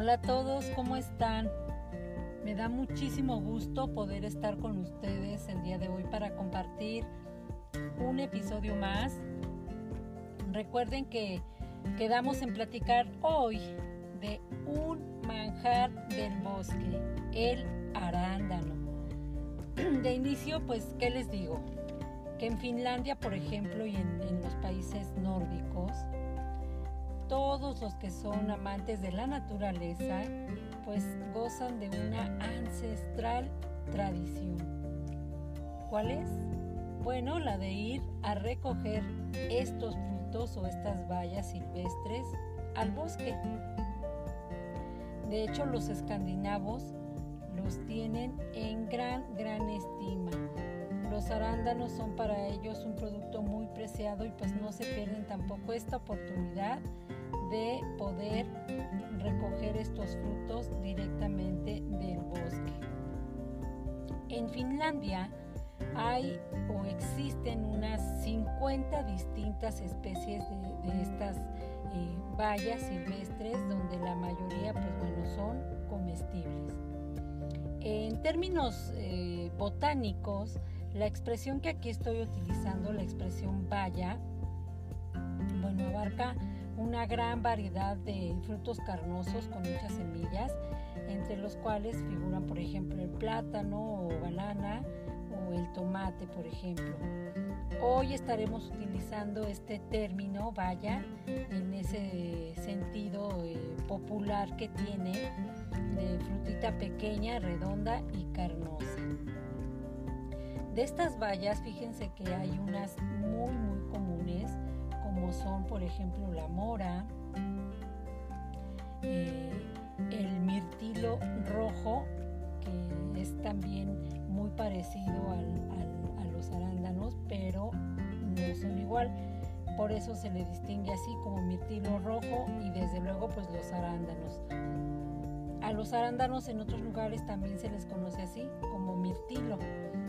Hola a todos, ¿cómo están? Me da muchísimo gusto poder estar con ustedes el día de hoy para compartir un episodio más. Recuerden que quedamos en platicar hoy de un manjar del bosque, el arándano. De inicio, pues, ¿qué les digo? Que en Finlandia, por ejemplo, y en los países nórdicos, todos los que son amantes de la naturaleza, pues gozan de una ancestral tradición. ¿Cuál es? Bueno, la de ir a recoger estos frutos o estas bayas silvestres al bosque. De hecho, los escandinavos los tienen en gran estima. Los arándanos son para ellos un producto muy preciado y pues no se pierden tampoco esta oportunidad de poder recoger estos frutos directamente del bosque. En Finlandia hay o existen unas 50 distintas especies de estas bayas silvestres, donde la mayoría son comestibles. En términos botánicos, la expresión que aquí estoy utilizando, la expresión baya, abarca una gran variedad de frutos carnosos con muchas semillas, entre los cuales figuran, por ejemplo, el plátano o banana o el tomate, por ejemplo. Hoy estaremos utilizando este término baya en ese sentido popular que tiene de frutita pequeña, redonda y carnosa. De estas bayas, fíjense que hay unas muy comunes, como son, por ejemplo, la mora, el mirtilo rojo, que es también muy parecido a los arándanos, pero no son igual. Por eso se le distingue así como mirtilo rojo y desde luego pues los arándanos. A los arándanos en otros lugares también se les conoce así, como mirtilo.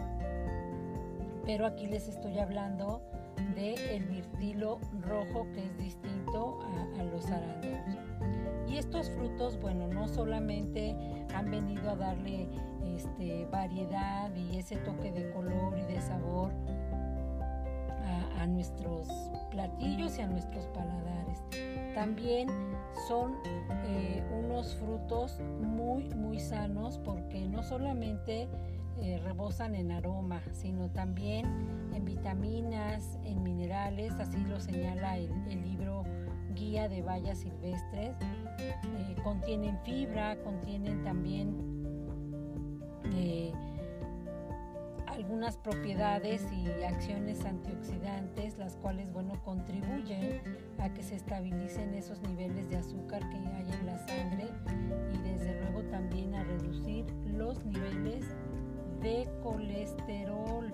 Pero aquí les estoy hablando del mirtilo rojo, que es distinto a los arándanos. Y estos frutos, no solamente han venido a darle variedad y ese toque de color y de sabor a nuestros platillos y a nuestros paladares. También son unos frutos muy sanos, porque no solamente rebosan en aroma, sino también en vitaminas, en minerales, así lo señala el libro Guía de Bayas Silvestres. Contienen fibra, contienen también algunas propiedades y acciones antioxidantes, las cuales contribuyen a que se estabilicen esos niveles de azúcar que hay en la sangre y desde luego también a reducir los niveles de colesterol.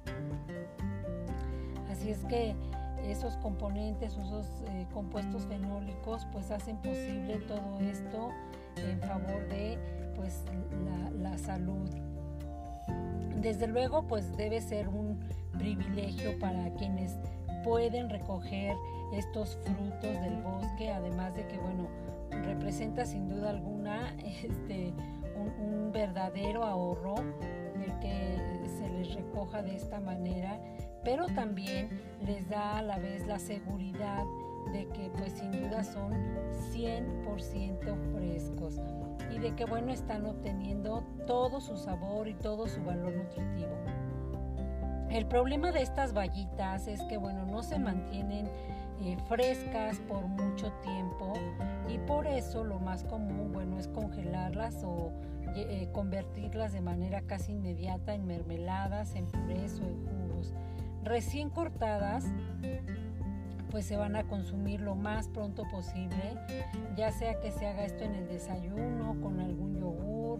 Así es que esos componentes, esos compuestos fenólicos hacen posible todo esto en favor de la salud. Desde luego debe ser un privilegio para quienes pueden recoger estos frutos del bosque, además de que representa sin duda alguna un verdadero ahorro el que se les recoja de esta manera, pero también les da a la vez la seguridad de que sin duda son 100% frescos y de que están obteniendo todo su sabor y todo su valor nutritivo. El problema de estas bayitas es que no se mantienen frescas por mucho tiempo, y por eso lo más común es congelarlas o convertirlas de manera casi inmediata en mermeladas, en purés o en jugos. Recién cortadas se van a consumir lo más pronto posible, ya sea que se haga esto en el desayuno con algún yogur,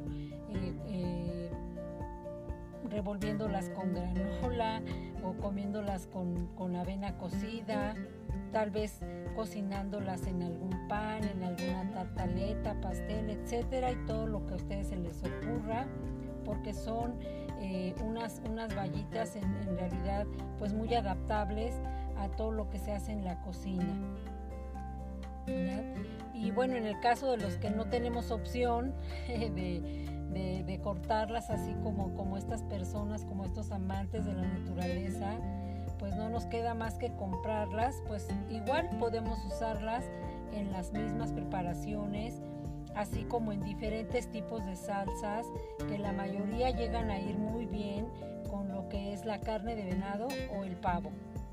revolviéndolas con granola o comiéndolas con avena cocida, tal vez cocinándolas en algún pan, en alguna tartaleta, pastel, etcétera, y todo lo que a ustedes se les ocurra, porque son unas bayitas en realidad muy adaptables a todo lo que se hace en la cocina. ¿verdad? Y bueno, en el caso de los que no tenemos opción de cortarlas así como estas personas, como estos amantes de la naturaleza, pues no nos queda más que comprarlas, pues igual podemos usarlas en las mismas preparaciones, así como en diferentes tipos de salsas, que la mayoría llegan a ir muy bien con lo que es la carne de venado o el pavo.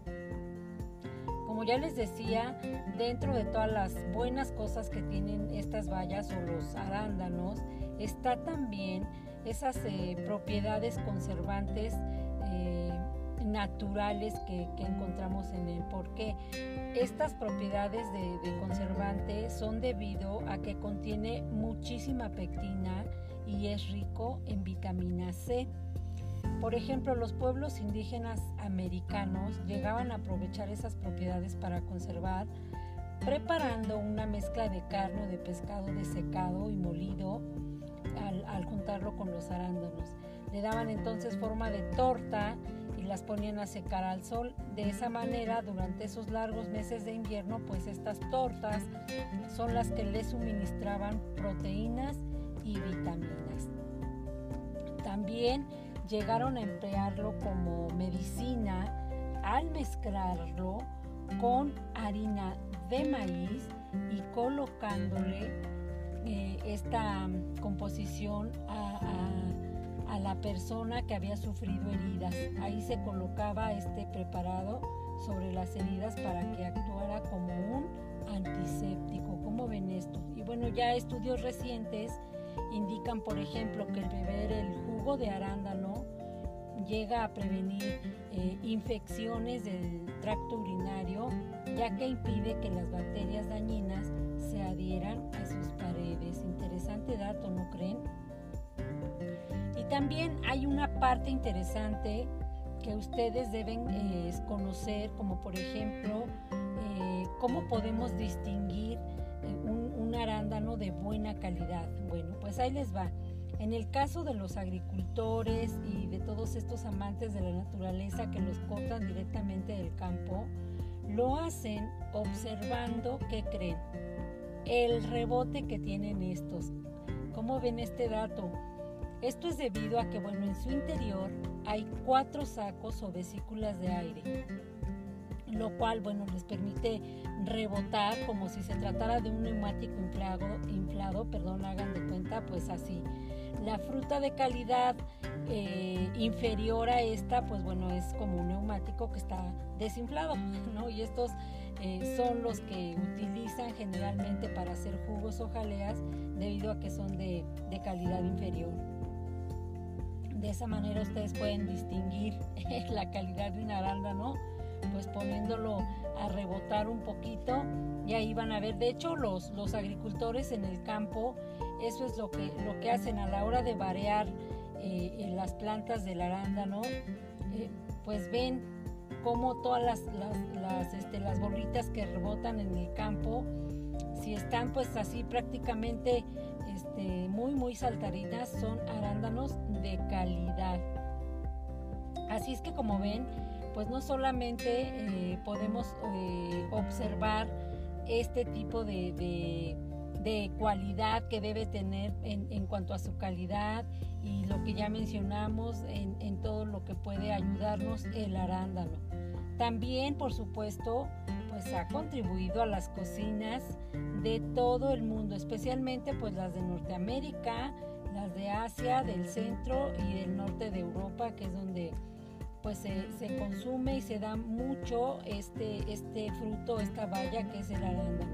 Como ya les decía, dentro de todas las buenas cosas que tienen estas bayas o los arándanos, está también esas propiedades conservantes naturales que encontramos en él. Porque estas propiedades de conservante son debido a que contiene muchísima pectina y es rico en vitamina C. Por ejemplo, los pueblos indígenas americanos llegaban a aprovechar esas propiedades para conservar, preparando una mezcla de carne o de pescado desecado y molido al juntarlo con los arándanos. Le daban entonces forma de torta y las ponían a secar al sol. De esa manera, durante esos largos meses de invierno, pues estas tortas son las que les suministraban proteínas y vitaminas. También llegaron a emplearlo como medicina al mezclarlo con harina de maíz y colocándole esta composición a la persona que había sufrido heridas. Ahí se colocaba este preparado sobre las heridas para que actuara como un antiséptico. ¿Cómo ven esto? Y bueno, ya estudios recientes indican, por ejemplo, que el beber el jugo de arándano llega a prevenir infecciones del tracto urinario, ya que impide que las bacterias dañinas se adhieran a sus paredes. Interesante dato, ¿no creen? Y también hay una parte interesante que ustedes deben conocer, como por ejemplo, cómo podemos distinguir un arándano de buena calidad. Bueno, pues ahí les va. En el caso de los agricultores y de todos estos amantes de la naturaleza que los cortan directamente del campo, lo hacen observando, ¿qué creen? El rebote que tienen estos. ¿Cómo ven este dato? Esto es debido a que, bueno, en su interior hay 4 sacos o vesículas de aire, lo cual, bueno, les permite rebotar como si se tratara de un neumático inflado, hagan de cuenta, pues así. La fruta de calidad inferior a esta, pues bueno, es como un neumático que está desinflado, ¿no? Y estos son los que utilizan generalmente para hacer jugos o jaleas, debido a que son de calidad inferior. De esa manera ustedes pueden distinguir la calidad de un arándano, pues poniéndolo a rebotar un poquito, y ahí van a ver. De hecho, los agricultores en el campo, eso es lo que hacen a la hora de variar las plantas del arándano, pues ven cómo todas las bolitas que rebotan en el campo, si están pues así prácticamente muy saltarinas, son arándanos de calidad. Así es que, como ven, pues no solamente podemos observar este tipo de cualidad que debe tener en cuanto a su calidad y lo que ya mencionamos en todo lo que puede ayudarnos el arándano. También, por supuesto, pues ha contribuido a las cocinas de todo el mundo, especialmente pues las de Norteamérica, las de Asia, del centro y del norte de Europa, que es donde pues se consume y se da mucho este fruto, esta baya que es el arándano,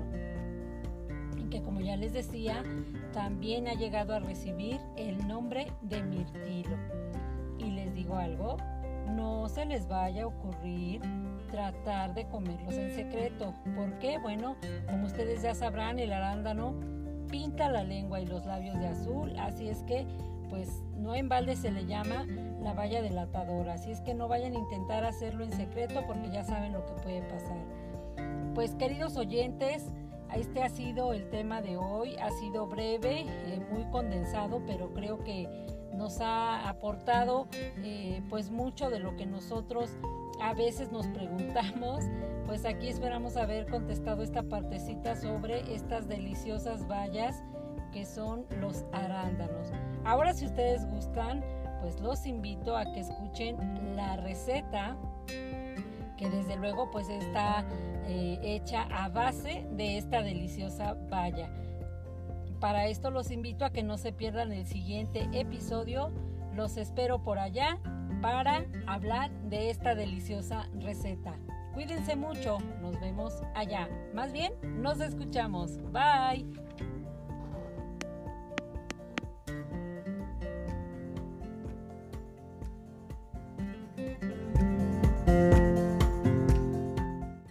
y que, como ya les decía, también ha llegado a recibir el nombre de mirtilo. Y les digo algo, no se les vaya a ocurrir tratar de comerlos en secreto. ¿Por qué? Bueno, como ustedes ya sabrán, el arándano pinta la lengua y los labios de azul, así es que pues no en balde se le llama la baya delatadora. Así es que no vayan a intentar hacerlo en secreto, porque ya saben lo que puede pasar. Pues, queridos oyentes, este ha sido el tema de hoy. Ha sido breve, muy condensado, pero creo que nos ha aportado pues mucho de lo que nosotros a veces nos preguntamos, pues aquí esperamos haber contestado esta partecita sobre estas deliciosas bayas que son los arándanos. Ahora, si ustedes gustan, pues los invito a que escuchen la receta, que desde luego pues está hecha a base de esta deliciosa baya. Para esto los invito a que no se pierdan el siguiente episodio. Los espero por allá para hablar de esta deliciosa receta. Cuídense mucho, nos vemos allá. Más bien, nos escuchamos. Bye.